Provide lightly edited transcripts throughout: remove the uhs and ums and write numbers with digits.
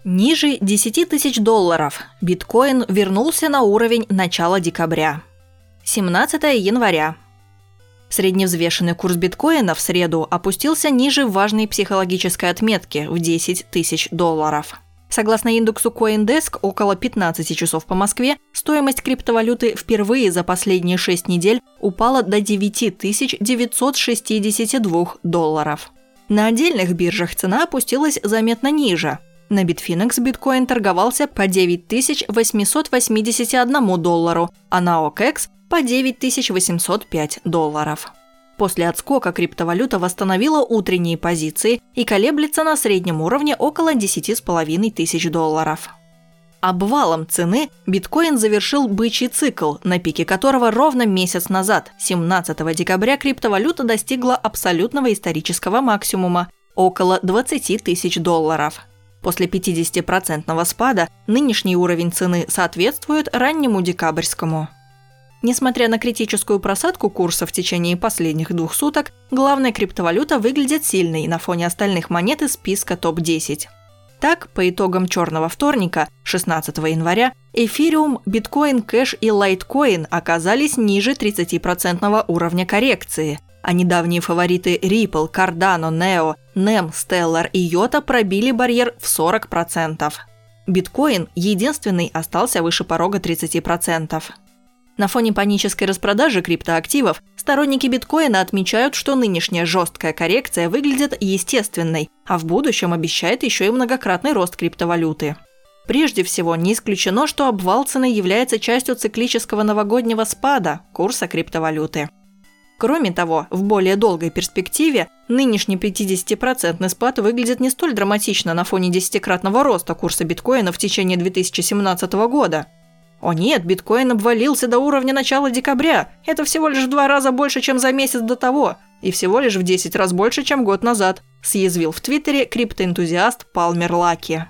Ниже 10 тысяч долларов. Биткоин вернулся на уровень начала декабря. 17 января. Средневзвешенный курс биткоина в среду опустился ниже важной психологической отметки в 10 тысяч долларов. Согласно индексу CoinDesk, около 15 часов по Москве стоимость криптовалюты впервые за последние 6 недель упала до 9962 долларов. На отдельных биржах цена опустилась заметно ниже. На Bitfinex биткоин торговался по 9881 доллару, а на OKEX – по 9805 долларов. После отскока криптовалюта восстановила утренние позиции и колеблется на среднем уровне около 10 500 долларов. Обвалом цены биткоин завершил бычий цикл, на пике которого ровно месяц назад, 17 декабря, криптовалюта достигла абсолютного исторического максимума – около 20 тысяч долларов. После 50% спада нынешний уровень цены соответствует раннему декабрьскому. Несмотря на критическую просадку курса в течение последних 2 суток, главная криптовалюта выглядит сильной на фоне остальных монет из списка топ-10. Так, по итогам черного вторника, 16 января, эфириум, биткоин, кэш и лайткоин оказались ниже 30% уровня коррекции, а недавние фавориты Ripple, Cardano, Neo, NEM, Stellar и Iota пробили барьер в 40%. Биткоин единственный остался выше порога 30%. На фоне панической распродажи криптоактивов сторонники биткоина отмечают, что нынешняя жесткая коррекция выглядит естественной, а в будущем обещает еще и многократный рост криптовалюты. Прежде всего, не исключено, что обвал цены является частью циклического новогоднего спада курса криптовалюты. Кроме того, в более долгой перспективе нынешний 50% спад выглядит не столь драматично на фоне 10-кратного роста курса биткоина в течение 2017 года. О нет, биткоин обвалился до уровня начала декабря. Это всего лишь в 2 раза больше, чем за месяц до того. И всего лишь в 10 раз больше, чем год назад, съязвил в Твиттере криптоэнтузиаст Палмер Лаки.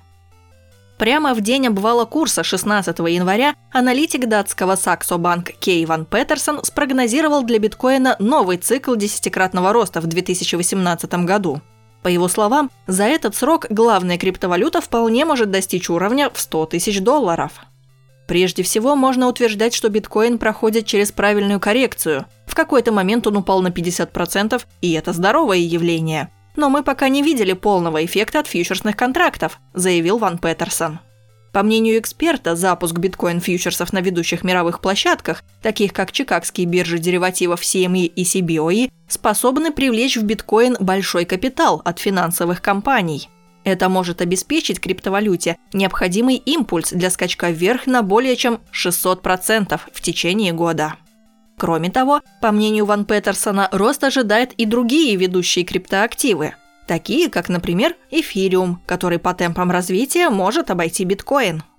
Прямо в день обвала курса 16 января аналитик датского Saxo Bank Кей Ван Петерсон спрогнозировал для биткоина новый цикл 10-кратного роста в 2018 году. По его словам, за этот срок главная криптовалюта вполне может достичь уровня в 100 тысяч долларов. Прежде всего, можно утверждать, что биткоин проходит через правильную коррекцию. В какой-то момент он упал на 50%, и это здоровое явление. Но мы пока не видели полного эффекта от фьючерсных контрактов, заявил Ван Петерсон. По мнению эксперта, запуск биткоин-фьючерсов на ведущих мировых площадках, таких как чикагские биржи деривативов CME и CBOE, способны привлечь в биткоин большой капитал от финансовых компаний. Это может обеспечить криптовалюте необходимый импульс для скачка вверх на более чем 600% в течение года. Кроме того, по мнению Ван Петерсона, рост ожидает и другие ведущие криптоактивы, такие как, например, эфириум, который по темпам развития может обойти биткоин.